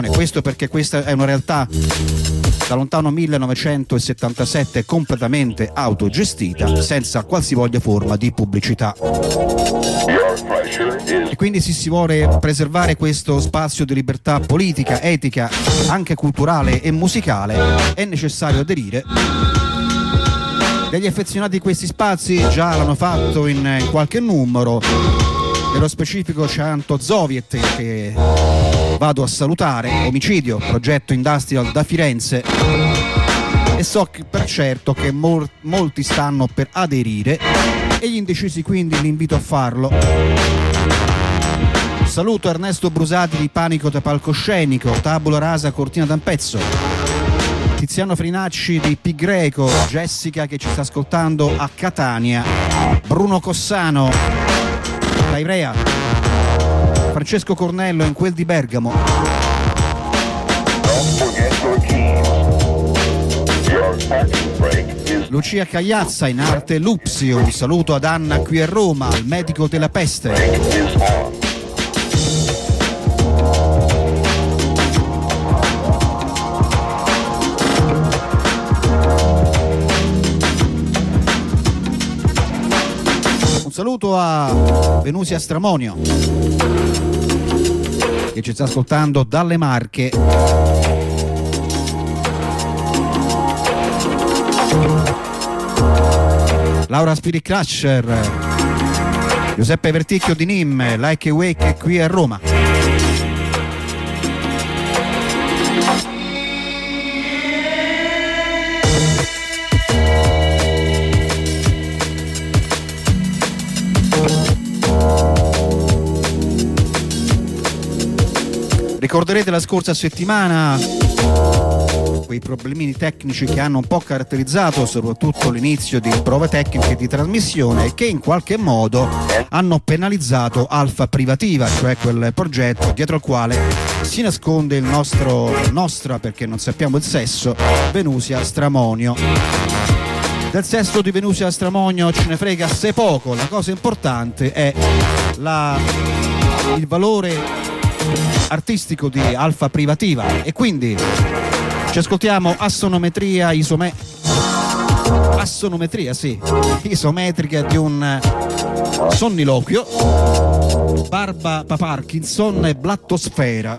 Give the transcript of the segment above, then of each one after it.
Questo perché questa è una realtà da lontano 1977 completamente autogestita, senza qualsivoglia forma di pubblicità. E quindi se si vuole preservare questo spazio di libertà politica, etica, anche culturale e musicale, è necessario aderire. Degli affezionati di questi spazi già l'hanno fatto in qualche numero. Nello specifico c'è Anto Zoviet, che vado a salutare, Omicidio, progetto industrial da Firenze, e so per certo che molti stanno per aderire e gli indecisi quindi li invito a farlo. Saluto Ernesto Brusati di Panico da Palcoscenico, Tabula Rasa Cortina d'Ampezzo, Tiziano Frinacci di Pi Greco, Jessica che ci sta ascoltando a Catania, Bruno Cossano da Ivrea, Francesco Cornello in quel di Bergamo, Lucia Cagliazza in arte Lupsio, un saluto ad Anna qui a Roma, il medico della peste. Un saluto a Venusia Stramonio che ci sta ascoltando dalle Marche. Laura Spirit Crusher, Giuseppe Verticchio di Nim, Like a Wake qui a Roma. Ricorderete la scorsa settimana quei problemini tecnici che hanno un po' caratterizzato soprattutto l'inizio di prove tecniche di trasmissione e che in qualche modo hanno penalizzato Alfa Privativa, cioè quel progetto dietro al quale si nasconde il nostra, perché non sappiamo il sesso, Venusia Stramonio. Del sesso di Venusia Stramonio ce ne frega assai poco, la cosa importante è il valore artistico di Alfa Privativa, e quindi ci ascoltiamo Assonometria isometrica di un sonniloquio, Barba Parkinson e Blattosfera.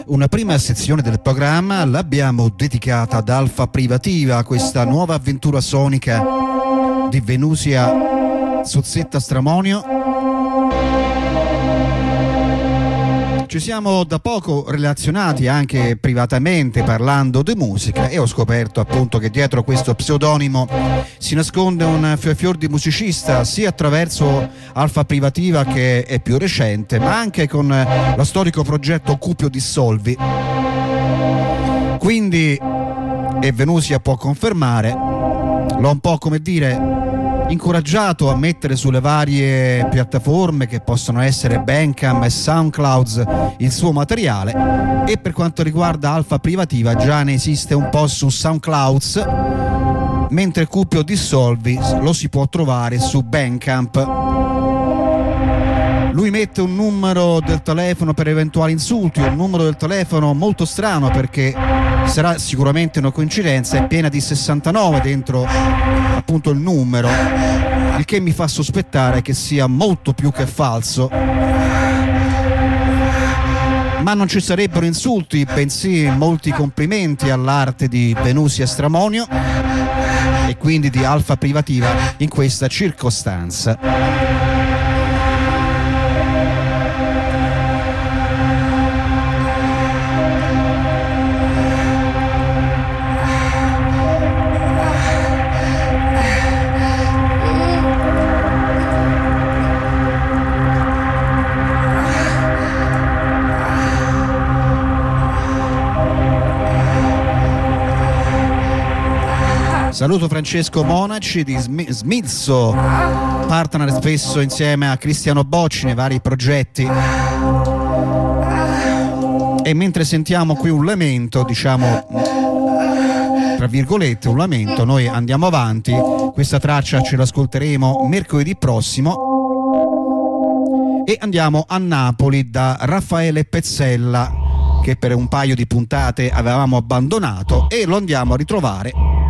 Una prima sezione del programma l'abbiamo dedicata ad Alfa Privativa, questa nuova avventura sonica di Venusia Suzzetta Stramonio. Ci siamo da poco relazionati anche privatamente parlando di musica e ho scoperto appunto che dietro questo pseudonimo si nasconde un fior di musicista, sia attraverso Alfa Privativa, che è più recente, ma anche con lo storico progetto Cupio Dissolvi. Quindi, e Venusia può confermare, l'ho un po', come dire, incoraggiato a mettere sulle varie piattaforme che possono essere Bandcamp e SoundCloud il suo materiale, e per quanto riguarda Alfa Privativa già ne esiste un po' su SoundCloud, mentre Cupio Dissolvi lo si può trovare su Bandcamp. Lui mette un numero del telefono per eventuali insulti, un numero del telefono molto strano perché sarà sicuramente una coincidenza, è piena di 69 dentro appunto il numero, il che mi fa sospettare che sia molto più che falso. Ma non ci sarebbero insulti, bensì molti complimenti all'arte di Venusia Stramonio e quindi di Alfa Privativa in questa circostanza. Saluto Francesco Monaci di Smilzo, partner spesso insieme a Cristiano Bocci nei vari progetti. E mentre sentiamo qui un lamento, diciamo tra virgolette un lamento, noi andiamo avanti. Questa traccia ce l'ascolteremo mercoledì prossimo e andiamo a Napoli da Raffaele Pezzella, che per un paio di puntate avevamo abbandonato, e lo andiamo a ritrovare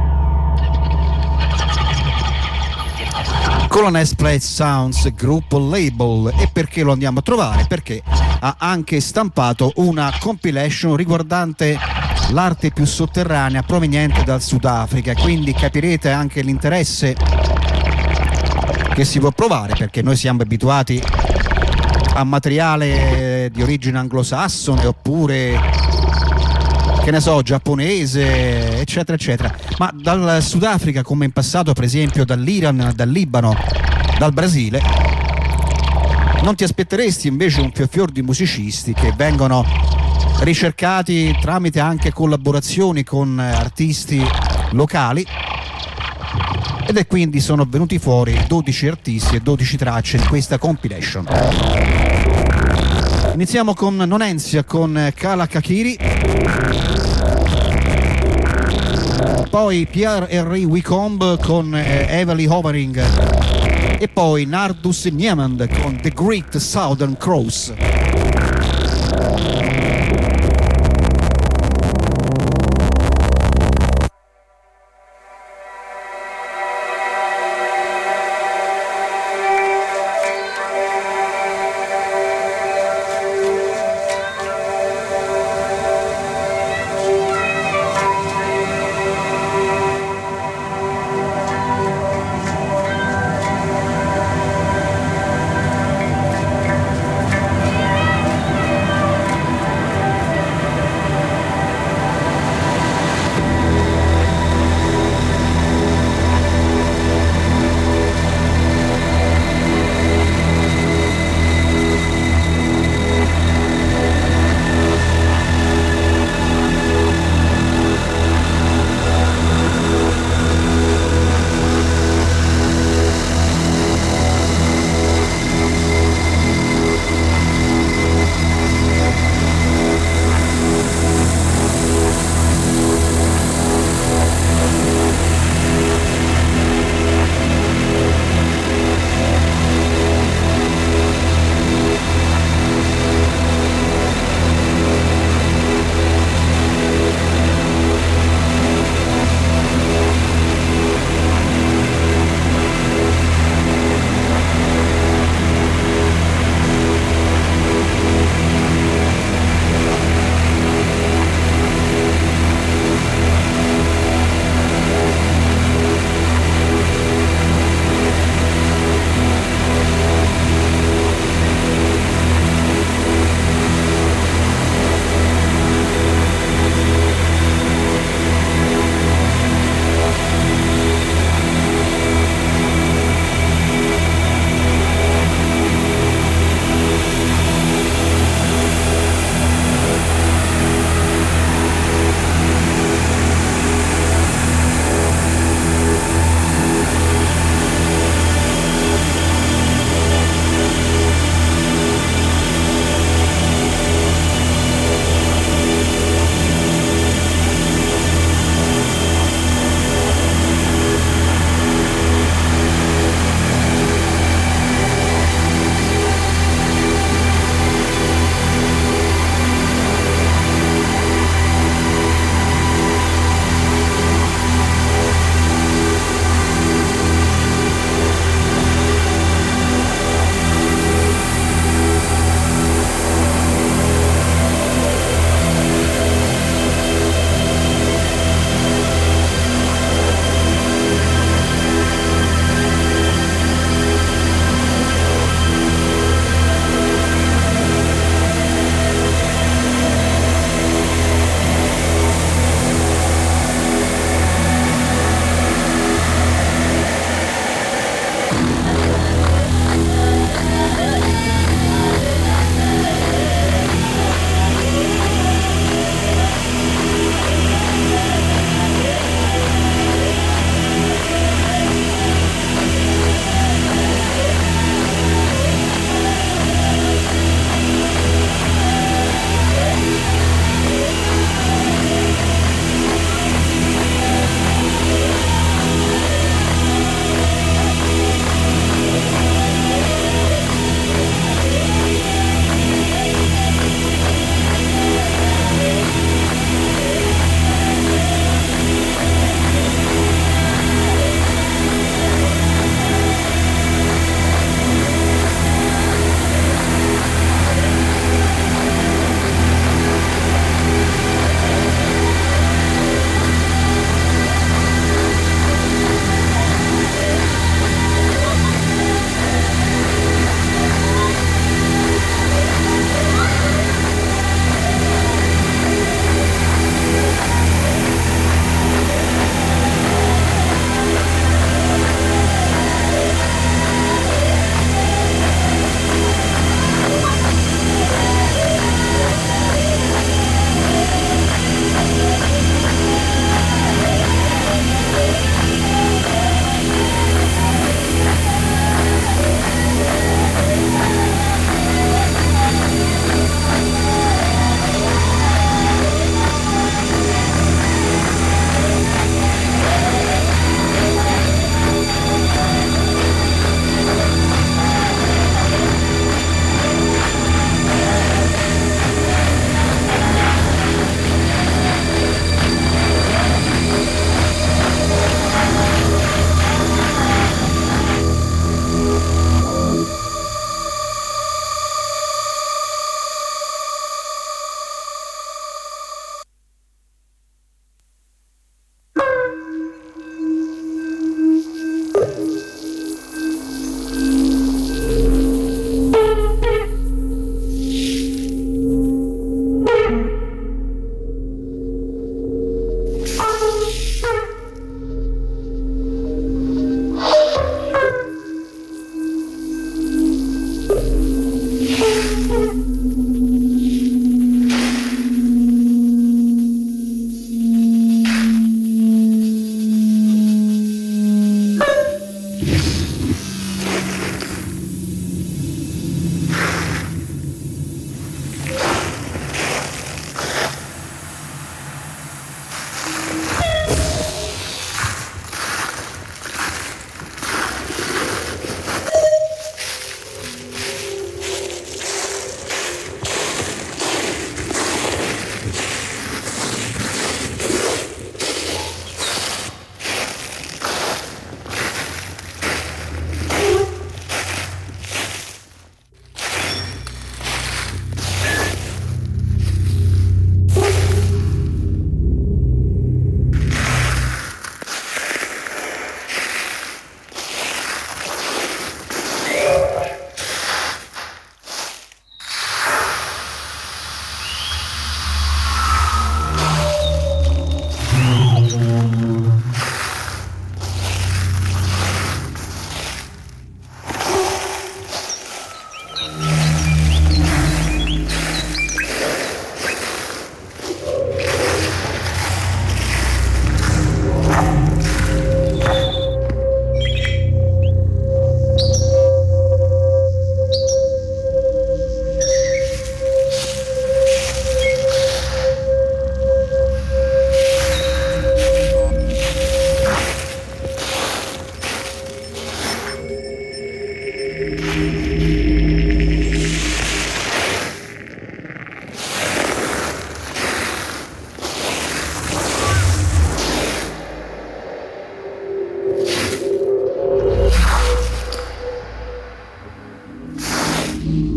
con la Nesplay Sounds gruppo label. E perché lo andiamo a trovare? Perché ha anche stampato una compilation riguardante l'arte più sotterranea proveniente dal Sudafrica, quindi capirete anche l'interesse che si può provare, perché noi siamo abituati a materiale di origine anglosassone oppure, che ne so, giapponese, eccetera eccetera, ma dal Sudafrica, come in passato per esempio dall'Iran, dal Libano, dal Brasile, non ti aspetteresti invece un fior di musicisti che vengono ricercati tramite anche collaborazioni con artisti locali, ed è quindi sono venuti fuori 12 artisti e 12 tracce di questa compilation. Iniziamo con Nonensia con Kala Kakiri, poi Pierre Henry Wicombe con Heavily Hovering e poi Nardus Niemand con The Great Southern Cross.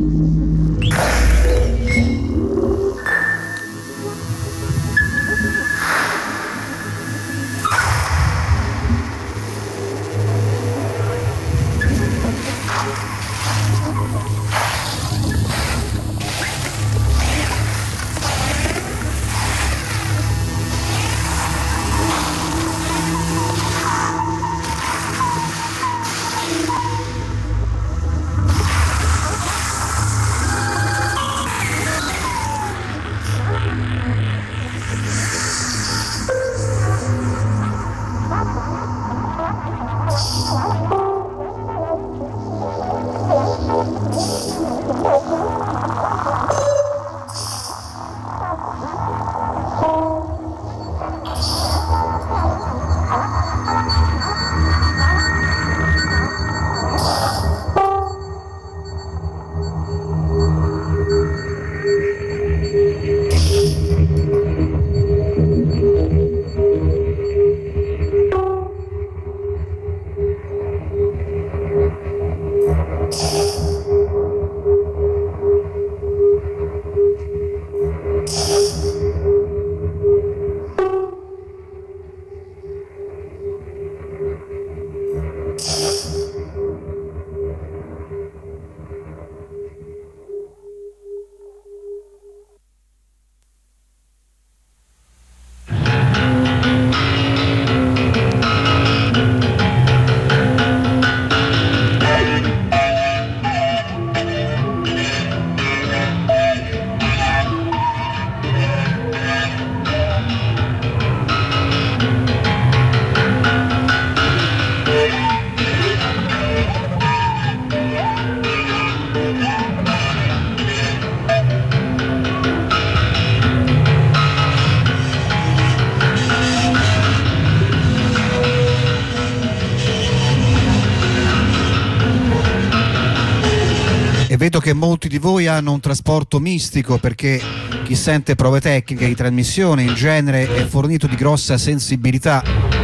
Vedo che molti di voi hanno un trasporto mistico, perché chi sente prove tecniche di trasmissione in genere è fornito di grossa sensibilità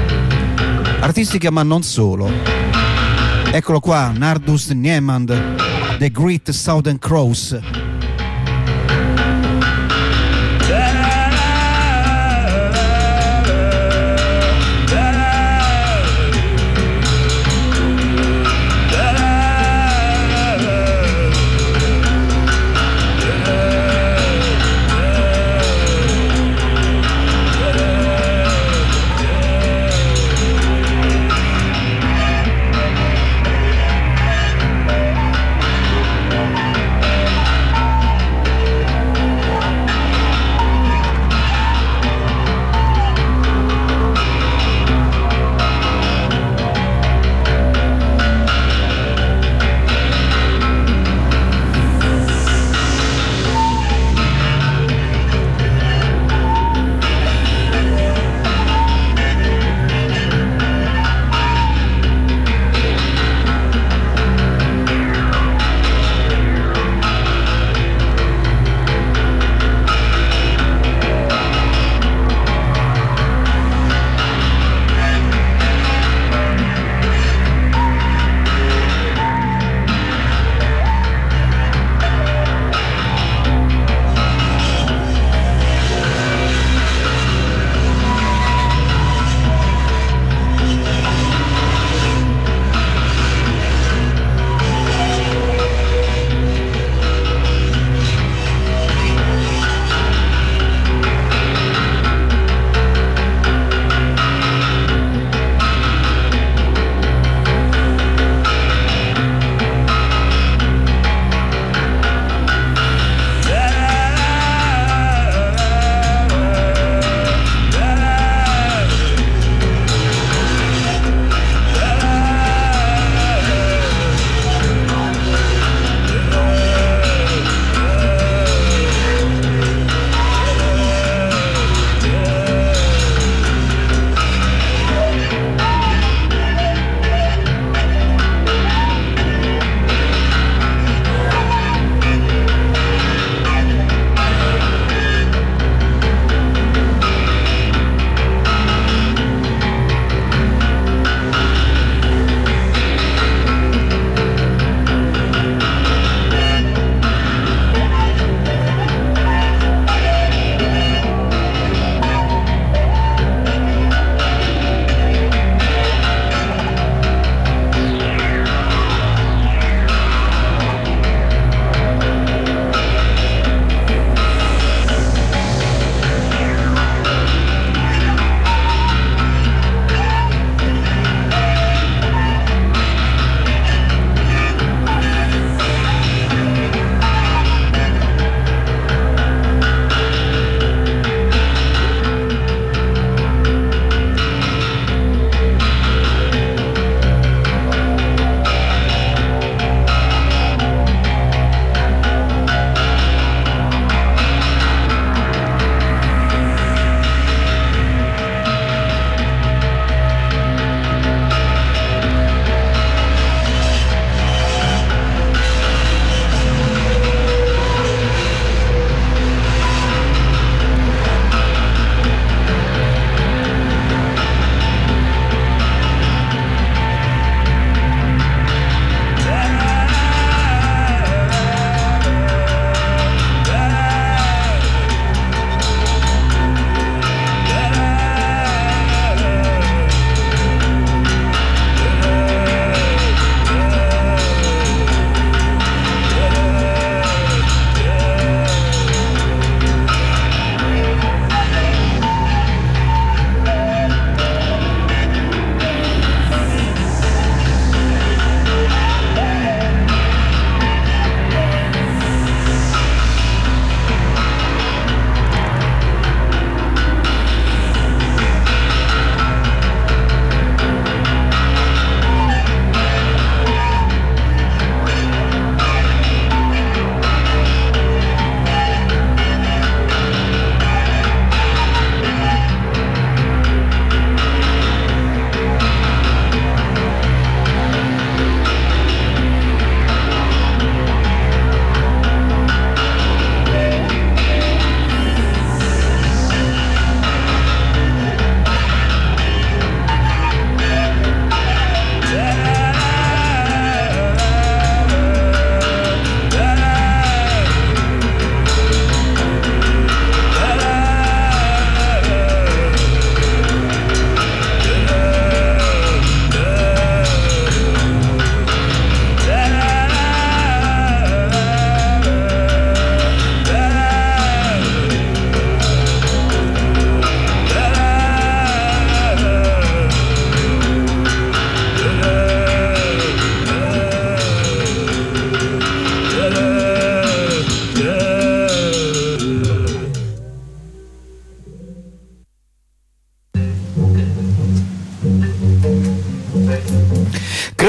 artistica, ma non solo. Eccolo qua, Nardus Niemand, The Great Southern Cross.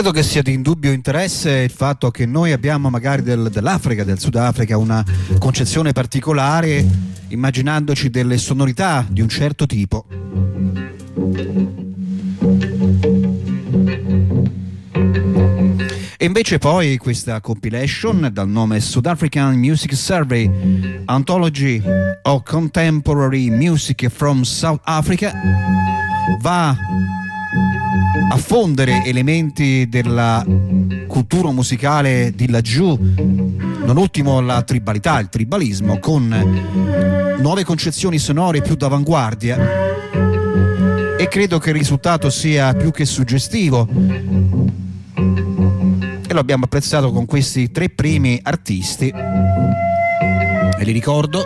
Credo che sia di indubbio interesse il fatto che noi abbiamo magari dell'Africa, del Sudafrica, una concezione particolare, immaginandoci delle sonorità di un certo tipo. E invece poi questa compilation dal nome South African Music Survey Anthology of Contemporary Music from South Africa va a fondere elementi della cultura musicale di laggiù, non ultimo la tribalità, il tribalismo, con nuove concezioni sonore più d'avanguardia, e credo che il risultato sia più che suggestivo e lo abbiamo apprezzato con questi 3 primi artisti, e li ricordo: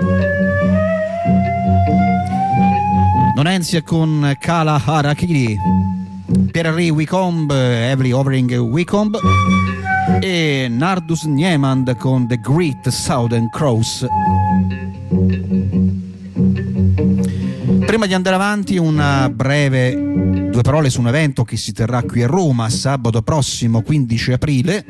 Nonensia con Kala Harakiri, Pierre Wicombe, Every Overing Wicombe, e Nardus Niemand con The Great Southern Cross. Prima di andare avanti, una breve 2 parole su un evento che si terrà qui a Roma sabato prossimo 15 aprile.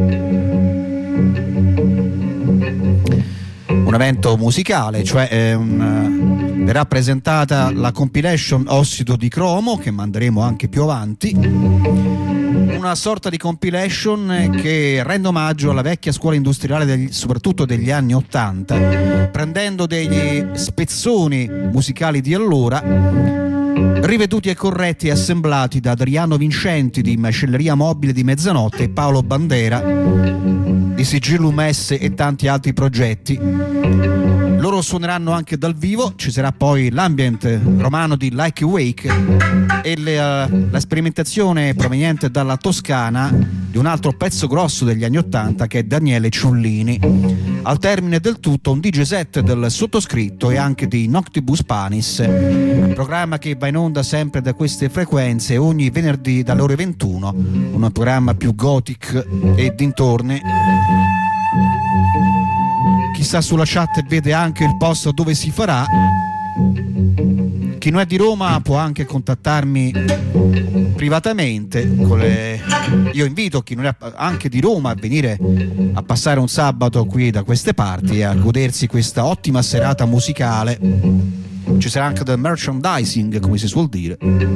Un evento musicale, cioè verrà presentata la compilation Ossido di Cromo, che manderemo anche più avanti, una sorta di compilation che rende omaggio alla vecchia scuola industriale soprattutto degli anni '80, prendendo degli spezzoni musicali di allora, riveduti e corretti e assemblati da Adriano Vincenti di Macelleria Mobile di Mezzanotte e Paolo Bandera di Sigillum S e tanti altri progetti. Loro suoneranno anche dal vivo, ci sarà poi l'ambient romano di Like Wake e la sperimentazione proveniente dalla Toscana di un altro pezzo grosso degli anni '80 che è Daniele Ciullini. Al termine del tutto un DJ set del sottoscritto e anche di Noctibus Panis, programma che va in onda sempre da queste frequenze ogni venerdì dalle ore 21, un programma più gothic e dintorni. Chi sta sulla chat vede anche il posto dove si farà. Chi non è di Roma può anche contattarmi privatamente. Io invito chi non è anche di Roma a venire a passare un sabato qui da queste parti e a godersi questa ottima serata musicale. Ci sarà anche del merchandising, come si suol dire.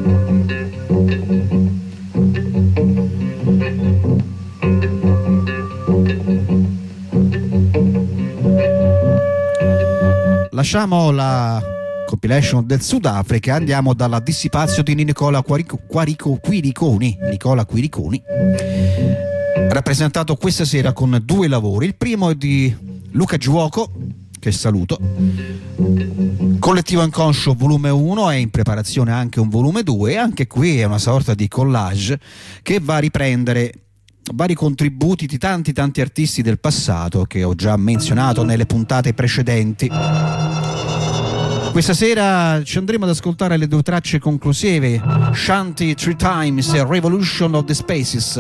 Lasciamo la compilation del Sudafrica, andiamo dalla Dissipazio di Nicola Quiriconi, rappresentato questa sera con 2 lavori. Il primo è di Luca Giuoco, che saluto, Collettivo Inconscio volume 1, è in preparazione anche un volume 2, e anche qui è una sorta di collage che va a riprendere vari contributi di tanti artisti del passato che ho già menzionato nelle puntate precedenti. Questa sera ci andremo ad ascoltare le 2 tracce conclusive, Shanti 3 Times e Revolution of the Spaces.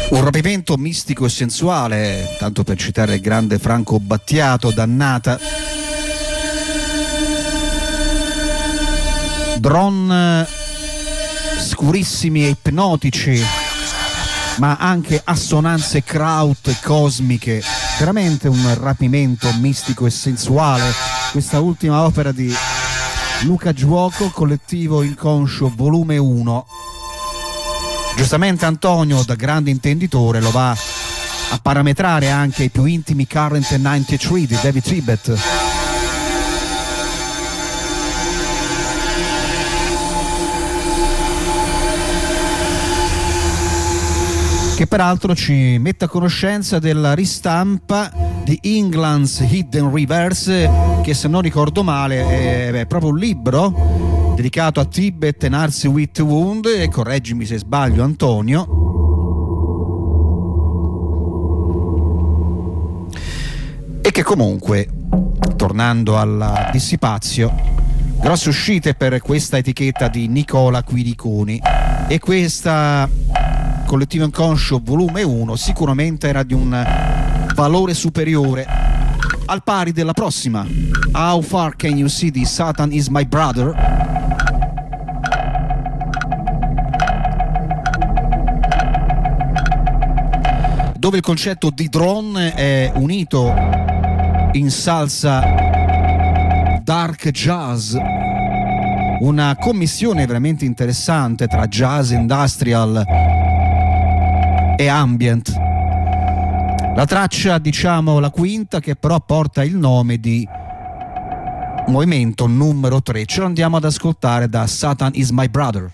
Un rapimento mistico e sensuale, tanto per citare il grande Franco Battiato, Dannata. Drone scurissimi e ipnotici, ma anche assonanze kraut cosmiche, veramente un rapimento mistico e sensuale. Questa ultima opera di Luca Giuoco, Collettivo Inconscio volume 1. Giustamente Antonio, da grande intenditore, lo va a parametrare anche i più intimi Current 93 di David Tibet. Che peraltro ci mette a conoscenza della ristampa di England's Hidden Rivers, che se non ricordo male è proprio un libro dedicato a Tibet e Narsi with Wound, e correggimi se sbaglio Antonio. E che comunque, tornando alla Dissipazio, grosse uscite per questa etichetta di Nicola Quiriconi, e questa Collettivo Inconscio volume 1 sicuramente era di un valore superiore, al pari della prossima, How Far Can You See di Satan Is My Brother, dove il concetto di drone è unito in salsa dark jazz, una commissione veramente interessante tra jazz industrial e ambient. La traccia, diciamo la quinta, che però porta il nome di movimento numero 3, ce lo andiamo ad ascoltare da Satan Is My Brother.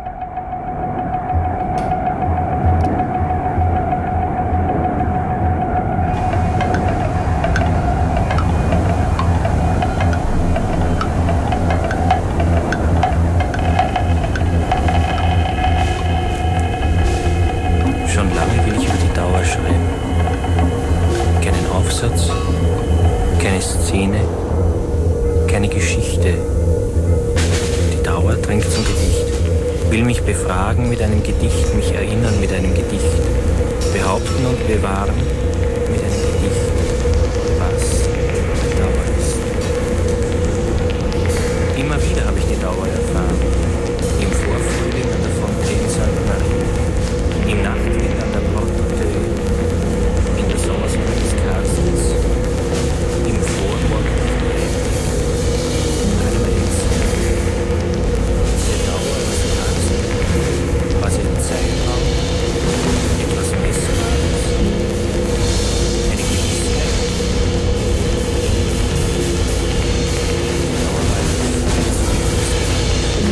Mit einem Gedicht, mich erinnern mit einem Gedicht, behaupten und bewahren mit einem Gedicht, was die Dauer ist. Immer wieder habe ich die Dauer erfahren, im Vorfrühling an der Fontaine Sainte-Marie, im Nachtwind an der Porte d'Oeil, in der Sommersonne des Castels, im Vormorgen der einmal die Dauer des Tages, was im Zeitraum etwas Messbares, eine Gewissheit, Dauer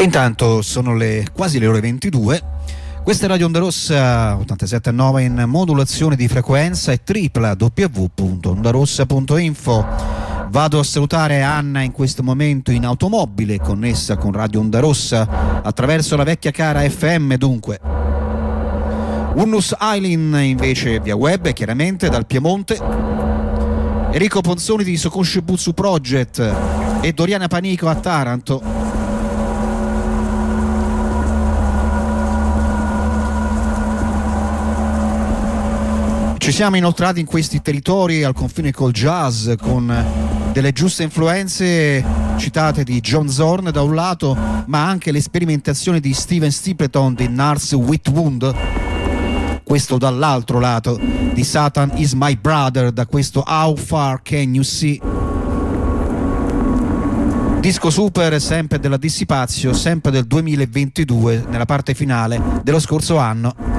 Intanto sono quasi le ore 22. Questa è Radio Onda Rossa 87.9 in modulazione di frequenza e www.ondarossa.info. Vado a salutare Anna in questo momento in automobile connessa con Radio Onda Rossa attraverso la vecchia cara FM, dunque. Unnus Ailin invece via web, chiaramente dal Piemonte. Enrico Ponzoni di Sokonshibutsu Project e Doriana Panico a Taranto. Ci siamo inoltrati in questi territori al confine col jazz con delle giuste influenze citate di John Zorn da un lato, ma anche le sperimentazioni di Steven Stapleton di Lars Whitwood, questo dall'altro lato, di Satan is My Brother da questo How Far Can You See. Disco super sempre della Dissipazio, sempre del 2022 nella parte finale dello scorso anno.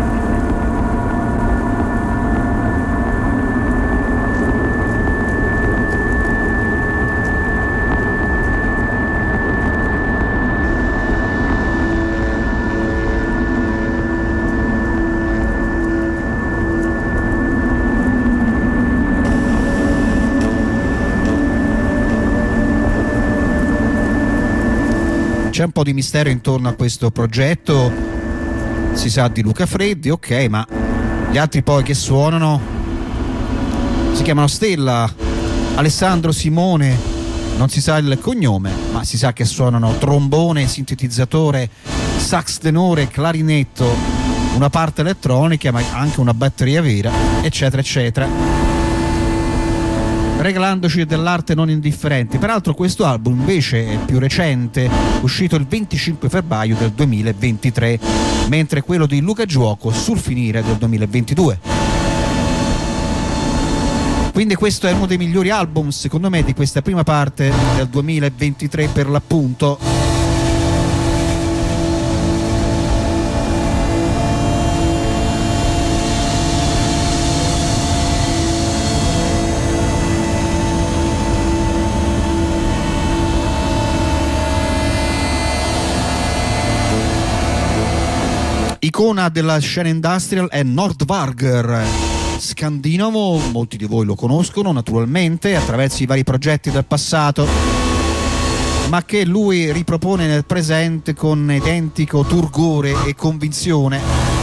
C'è un po' di mistero intorno a questo progetto, si sa di Luca Freddi, ok, ma gli altri poi che suonano si chiamano Stella, Alessandro Simone, non si sa il cognome, ma si sa che suonano trombone, sintetizzatore, sax tenore, clarinetto, una parte elettronica ma anche una batteria vera, eccetera eccetera, regalandoci dell'arte non indifferente. Peraltro questo album invece è più recente, uscito il 25 febbraio del 2023, mentre quello di Luca Giuoco sul finire del 2022. Quindi questo è uno dei migliori album secondo me di questa prima parte del 2023 per l'appunto. Icona della scena industrial è Nordvarger, scandinavo, molti di voi lo conoscono naturalmente attraverso i vari progetti del passato, ma che lui ripropone nel presente con identico turgore e convinzione.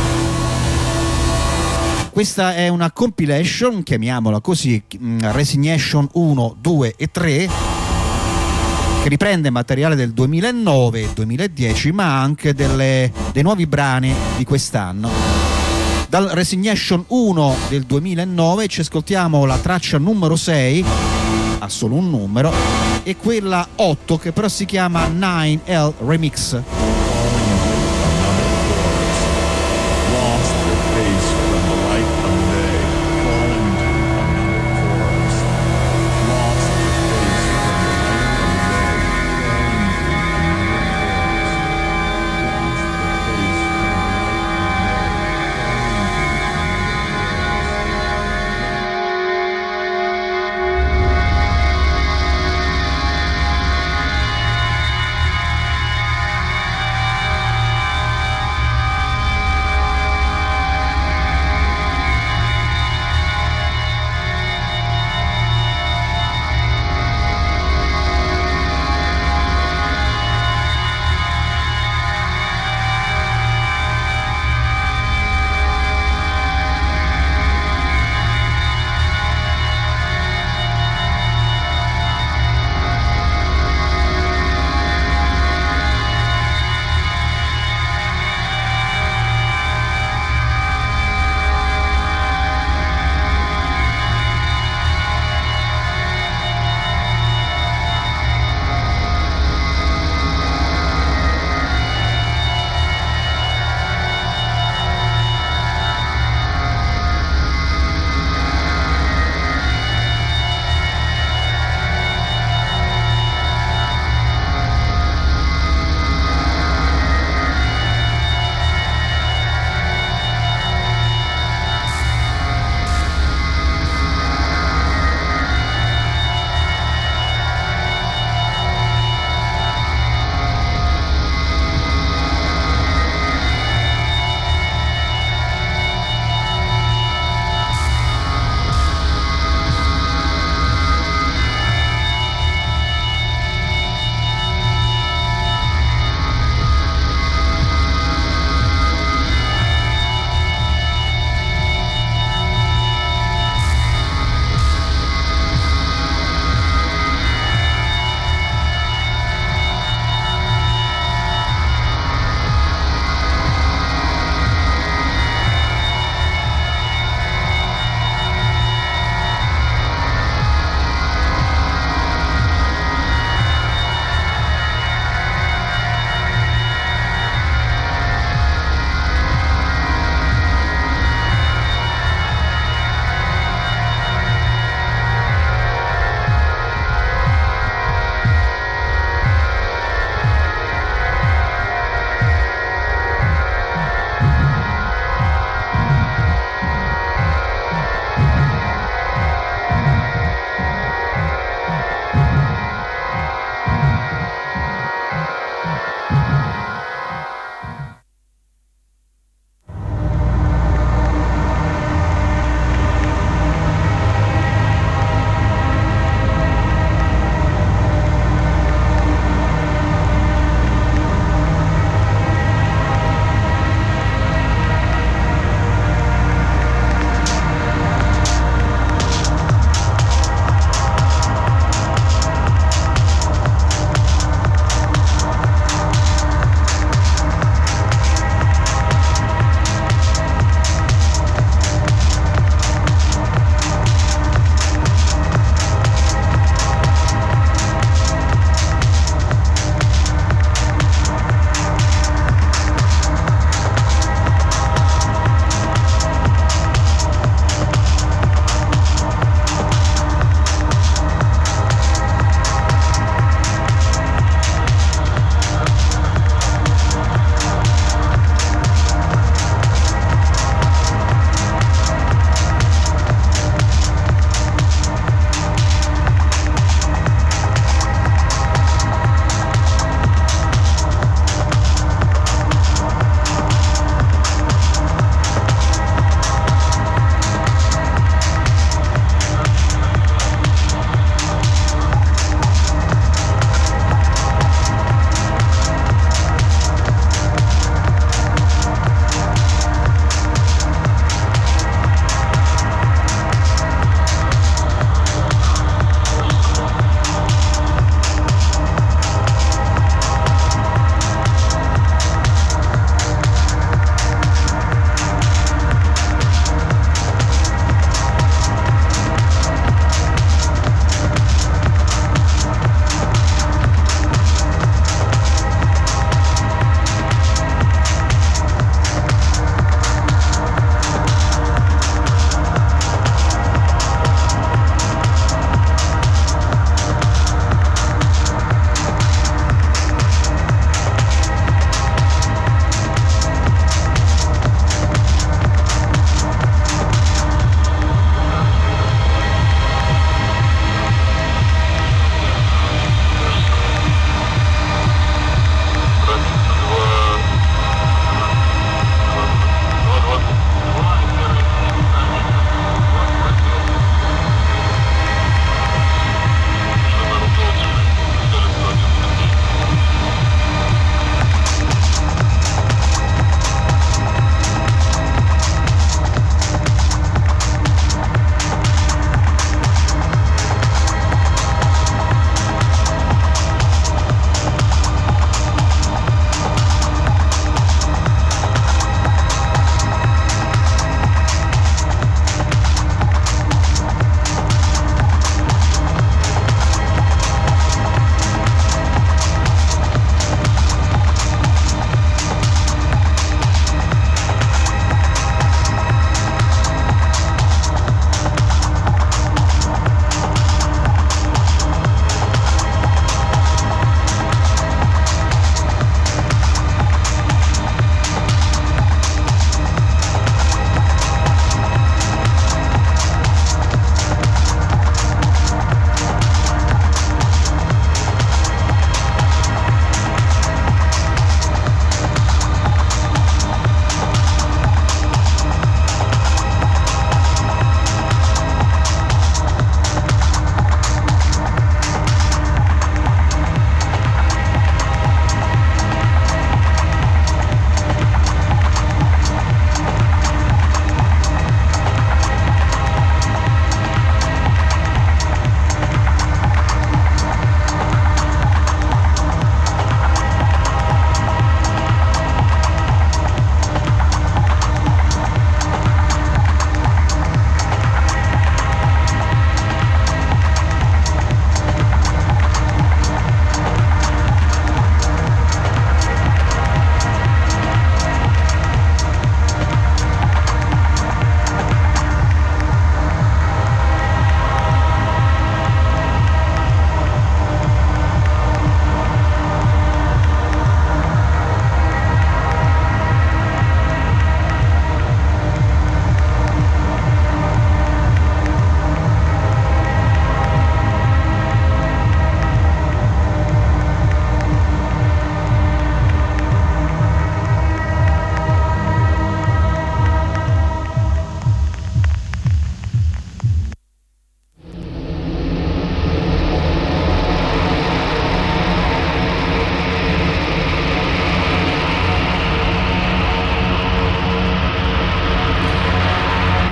Questa è una compilation, chiamiamola così, Resignation 1, 2 e 3, che riprende materiale del 2009 e 2010, ma anche dei nuovi brani di quest'anno. Dal Resignation 1 del 2009 ci ascoltiamo la traccia numero 6, ha solo un numero, e quella 8 che però si chiama 9L Remix.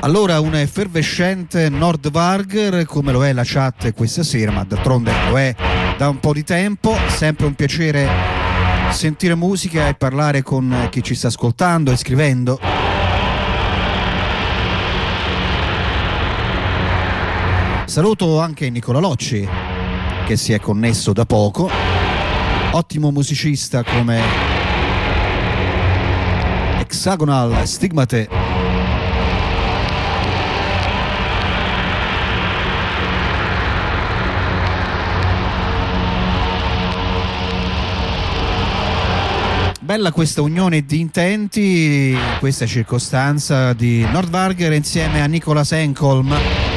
Allora un effervescente Nordvarger, come lo è la chat questa sera, ma d'altronde lo è da un po' di tempo. Sempre un piacere sentire musica e parlare con chi ci sta ascoltando e scrivendo. Saluto anche Nicola Locci, che si è connesso da poco, ottimo musicista come Hexagonal Stigmate. Bella questa unione di intenti, questa circostanza di Nordvarger insieme a Nicolas Encolm.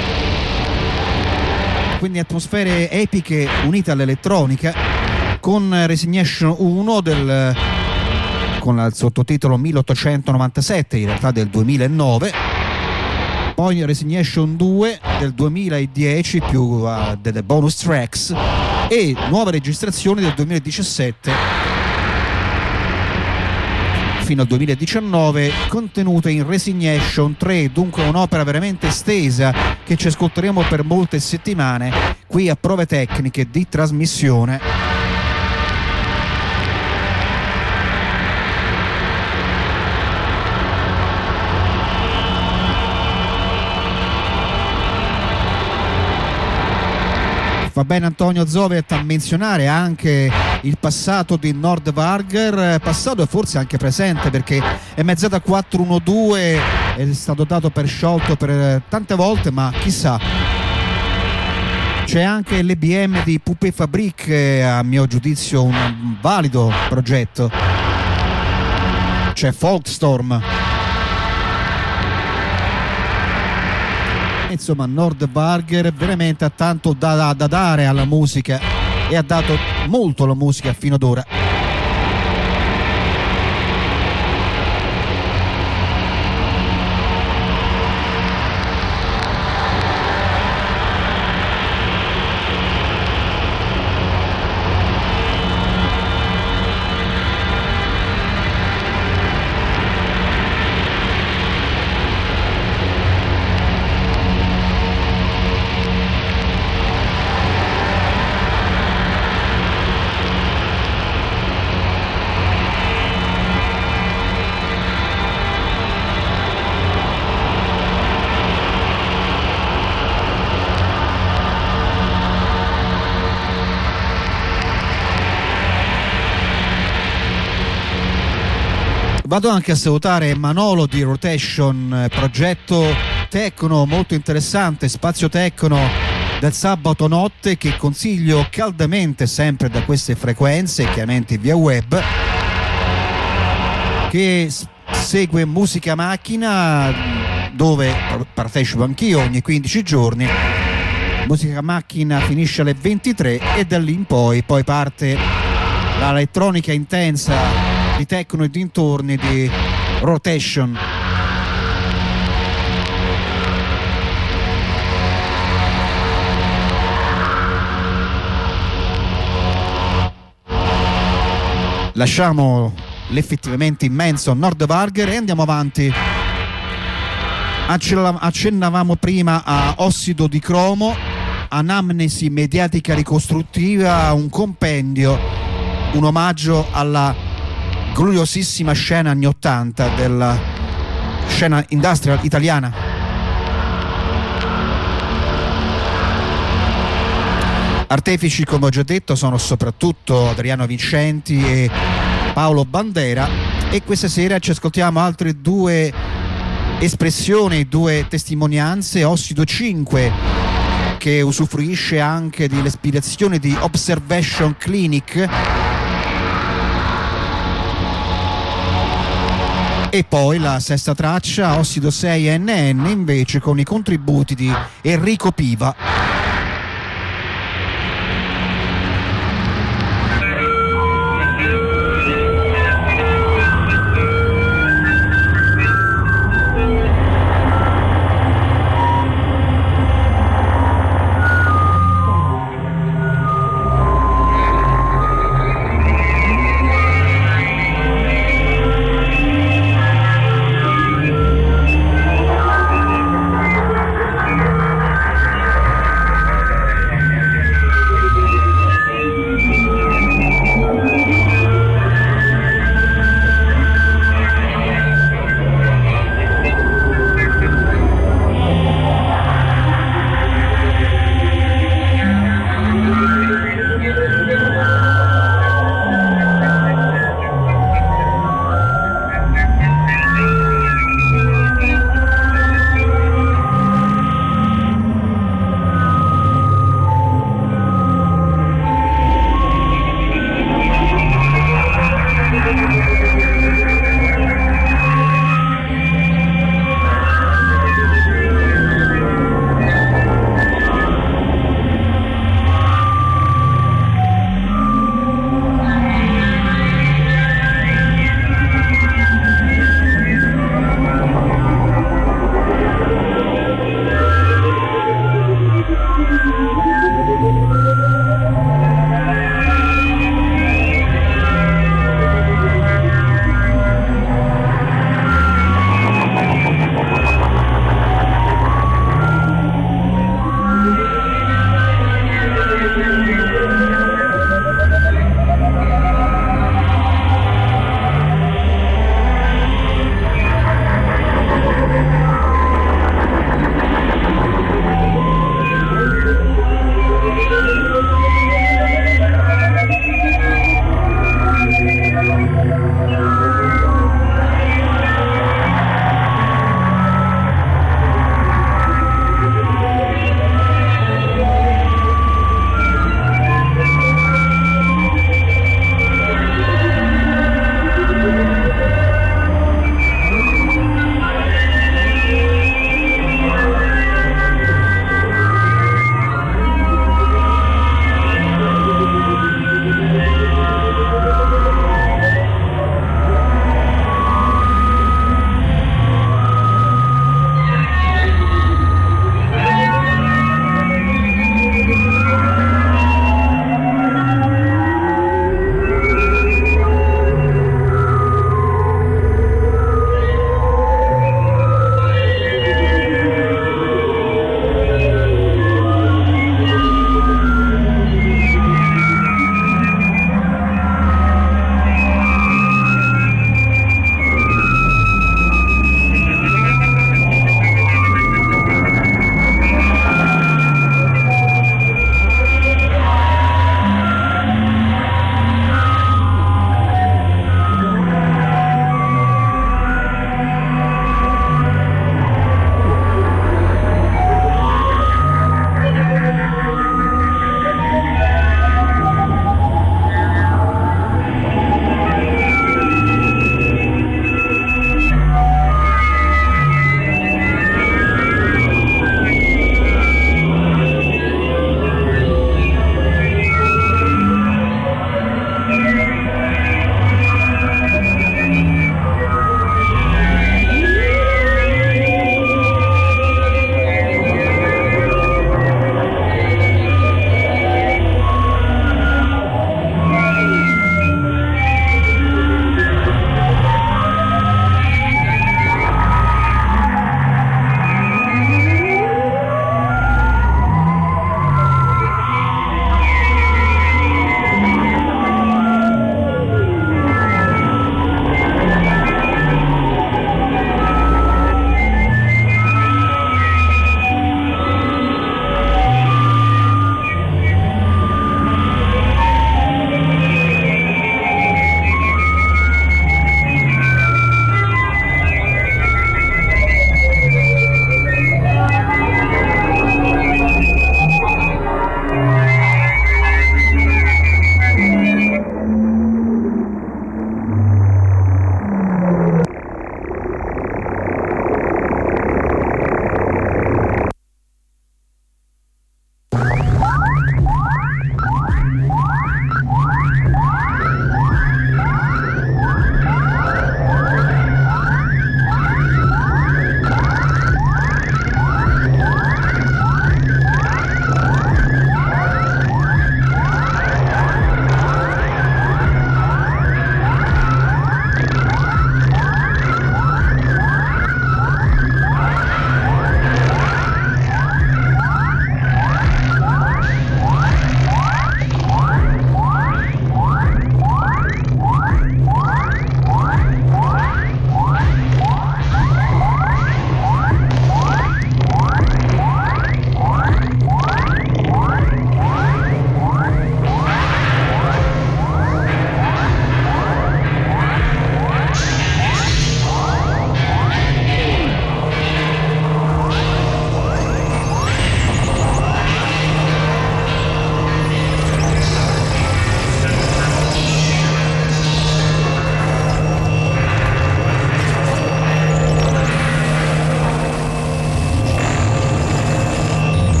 Quindi atmosfere epiche unite all'elettronica, con Resignation 1 con il sottotitolo 1897, in realtà del 2009, poi Resignation 2 del 2010 più delle bonus tracks e nuove registrazioni del 2017 fino al 2019, contenute in Resignation 3, dunque un'opera veramente estesa che ci ascolteremo per molte settimane qui a Prove Tecniche di trasmissione. Va bene Antonio Zovet a menzionare anche il passato di Nordvarger, passato e forse anche presente, perché MZ 412 è stato dato per sciolto per tante volte, ma chissà. C'è anche l'EBM di Poupée Fabrique, a mio giudizio un valido progetto. C'è Folkstorm. Insomma, Nordvarger veramente ha tanto da dare alla musica e ha dato molto alla musica fino ad ora. Vado anche a salutare Manolo di Rotation, progetto techno molto interessante, spazio techno del sabato notte, che consiglio caldamente sempre da queste frequenze, chiaramente via web, che segue Musica Macchina, dove partecipo anch'io ogni 15 giorni. Musica Macchina finisce alle 23 e da lì in poi parte l'elettronica intensa di techno e dintorni di Rotation. Lasciamo l'effettivamente immenso Nordvarger e andiamo avanti. Accennavamo prima a Ossido di Cromo, anamnesi mediatica ricostruttiva, un compendio, un omaggio alla gloriosissima scena anni 80 della scena industrial italiana. Artefici, come ho già detto, sono soprattutto Adriano Vincenti e Paolo Bandera, e questa sera ci ascoltiamo altre due espressioni, due testimonianze. Ossido 5, che usufruisce anche dell'ispirazione di Observation Clinic, e poi la sesta traccia, Ossido 6 NN, invece con i contributi di Enrico Piva.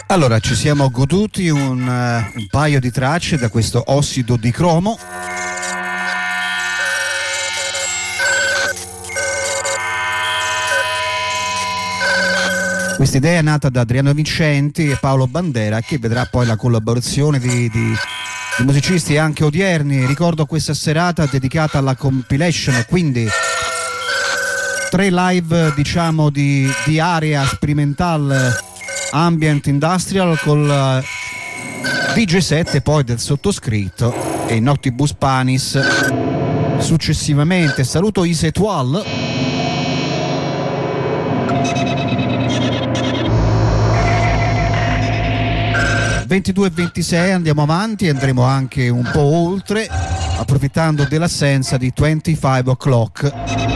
Allora, ci siamo goduti un paio di tracce da questo Ossido di Cromo. Questa idea è nata da Adriano Vincenti e Paolo Bandera, che vedrà poi la collaborazione di musicisti anche odierni. Ricordo questa serata dedicata alla compilation, quindi 3 live diciamo di area sperimental ambient industrial col DJ set poi del sottoscritto e Noctibus Panis successivamente. Saluto Isetual. (22:26) andiamo avanti, andremo anche un po' oltre approfittando dell'assenza di 25 O'Clock.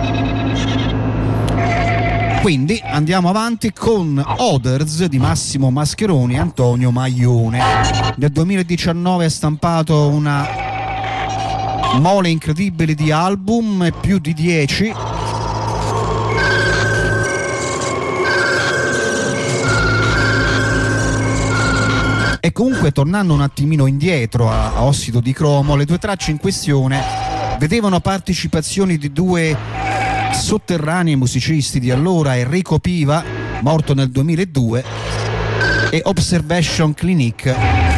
Quindi andiamo avanti con Others di Massimo Mascheroni e Antonio Maglione. Nel 2019 ha stampato una mole incredibile di album, più di 10. E comunque, tornando un attimino indietro a Ossido di Cromo, le 2 tracce in questione vedevano partecipazioni di 2 sotterranei musicisti di allora: Enrico Piva, morto nel 2002, e Observation Clinique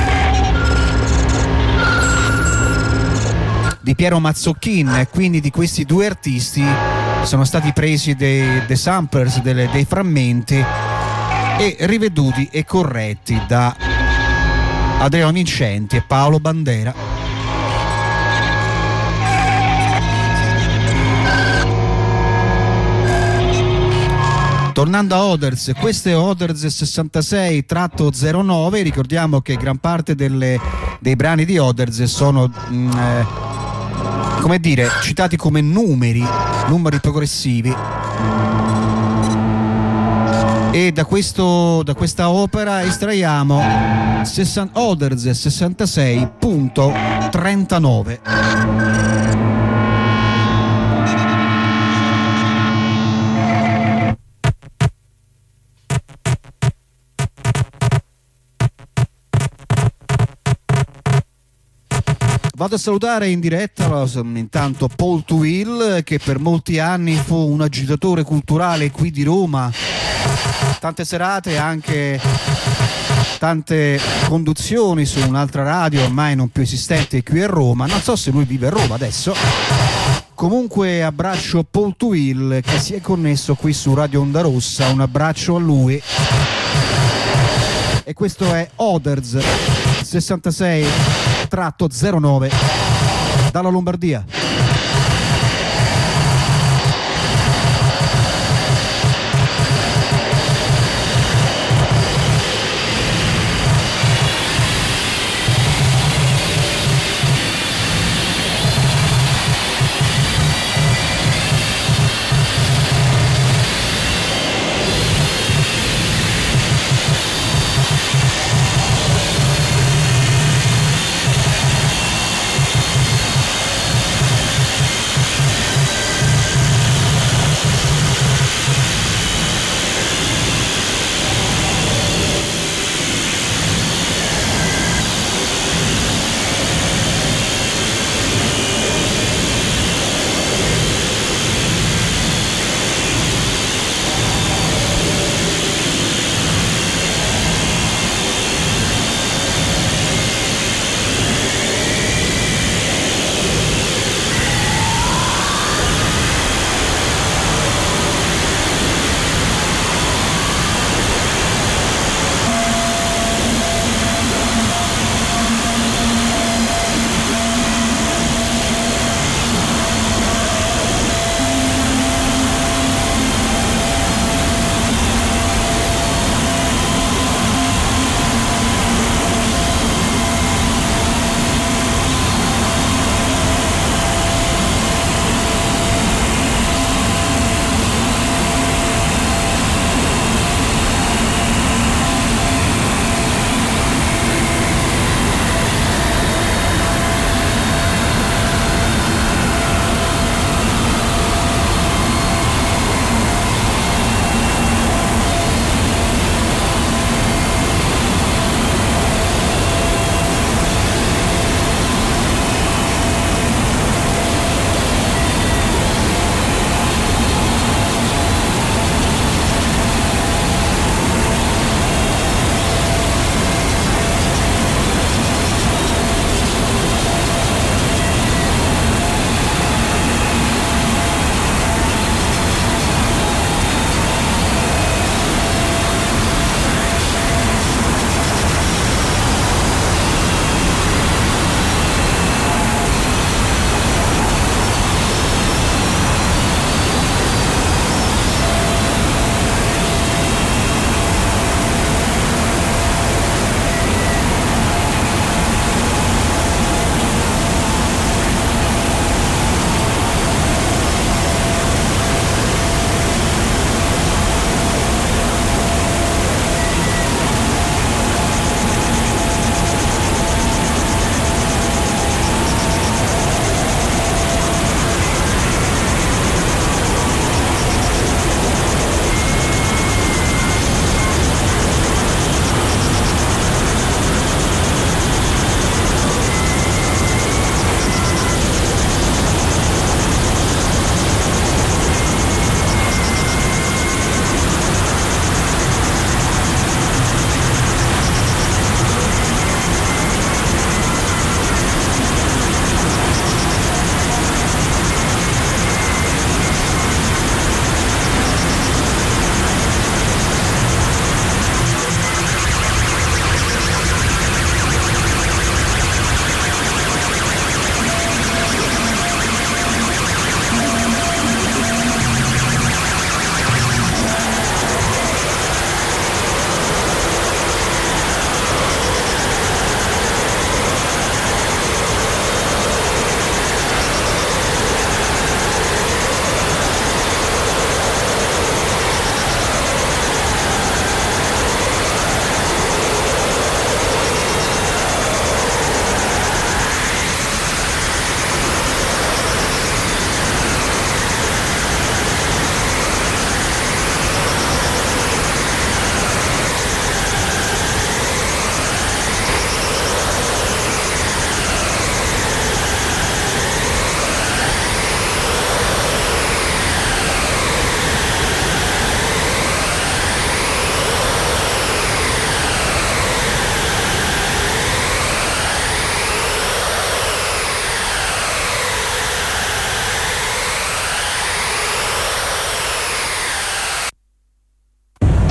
di Piero Mazzocchin. E quindi di questi 2 artisti sono stati presi dei samplers, dei frammenti, e riveduti e corretti da Adriano Vincenti e Paolo Bandera. Tornando a Others, questo è Others 66-09. Ricordiamo che gran parte dei brani di Others sono come dire, citati come numeri progressivi, e da questa opera estraiamo Others 66.39. Vado a salutare in diretta intanto Paul Tuil, che per molti anni fu un agitatore culturale qui di Roma, tante serate, anche tante conduzioni su un'altra radio ormai non più esistente qui a Roma. Non so se lui vive a Roma adesso. Comunque abbraccio Paul Tuil, che si è connesso qui su Radio Onda Rossa, un abbraccio a lui. E questo è Others 66-09 dalla Lombardia.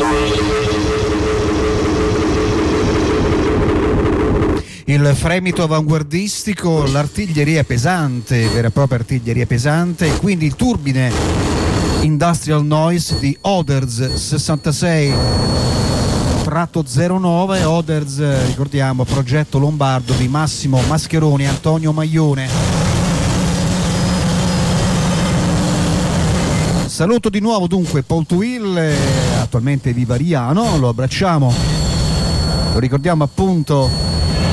Il fremito avanguardistico, l'artiglieria pesante, vera e propria artiglieria pesante, e quindi il turbine Industrial Noise di Others 66-09. Others, ricordiamo, progetto lombardo di Massimo Mascheroni e Antonio Maglione. Saluto di nuovo dunque Paul Twill, attualmente vivariano, lo abbracciamo, lo ricordiamo appunto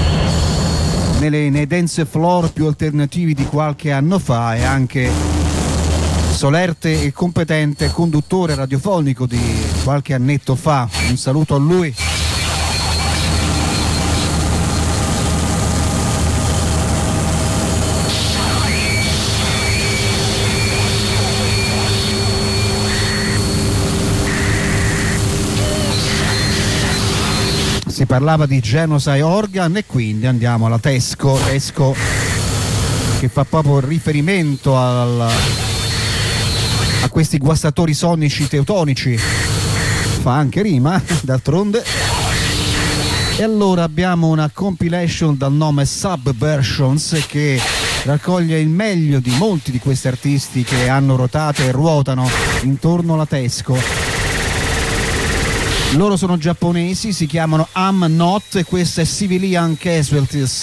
nei dance floor più alternativi di qualche anno fa, e anche solerte e competente conduttore radiofonico di qualche annetto fa. Un saluto a lui. Si parlava di Genocide Organ e quindi andiamo alla Tesco, che fa proprio riferimento a questi guastatori sonici teutonici, fa anche rima d'altronde. E allora abbiamo una compilation dal nome Subversions, che raccoglie il meglio di molti di questi artisti che hanno rotato e ruotano intorno alla Tesco. Loro sono giapponesi, si chiamano I'm Not e questa è Civilian Casualties.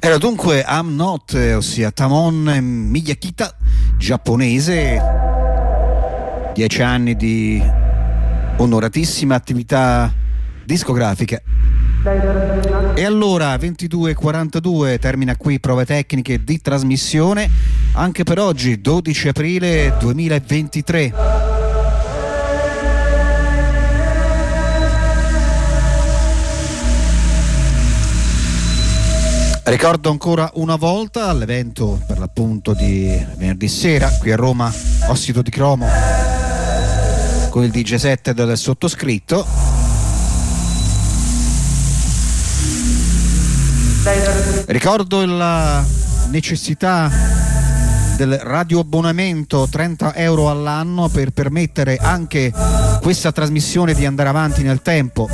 Era dunque I'm Not, ossia Tamon Miyakita, giapponese, 10 anni di onoratissima attività discografica. E allora 22:42 termina qui prove tecniche di trasmissione anche per oggi, 12 aprile 2023. Ricordo ancora una volta l'evento per l'appunto di venerdì sera qui a Roma, Ossido di Cromo, con il DJ set del sottoscritto. Ricordo la necessità del radioabbonamento, 30 euro all'anno, per permettere anche questa trasmissione di andare avanti nel tempo.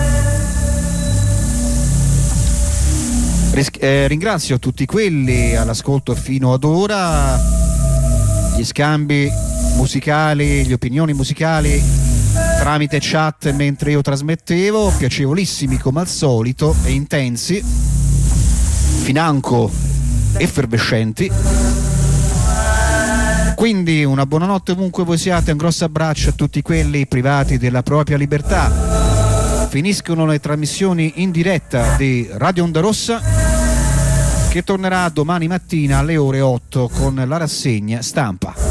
Ringrazio tutti quelli all'ascolto fino ad ora, gli scambi musicali, le opinioni musicali tramite chat mentre io trasmettevo, piacevolissimi come al solito e intensi, financo effervescenti. Quindi una buonanotte ovunque voi siate, un grosso abbraccio a tutti quelli privati della propria libertà. Finiscono le trasmissioni in diretta di Radio Onda Rossa, che tornerà domani mattina alle ore 8 con la rassegna stampa.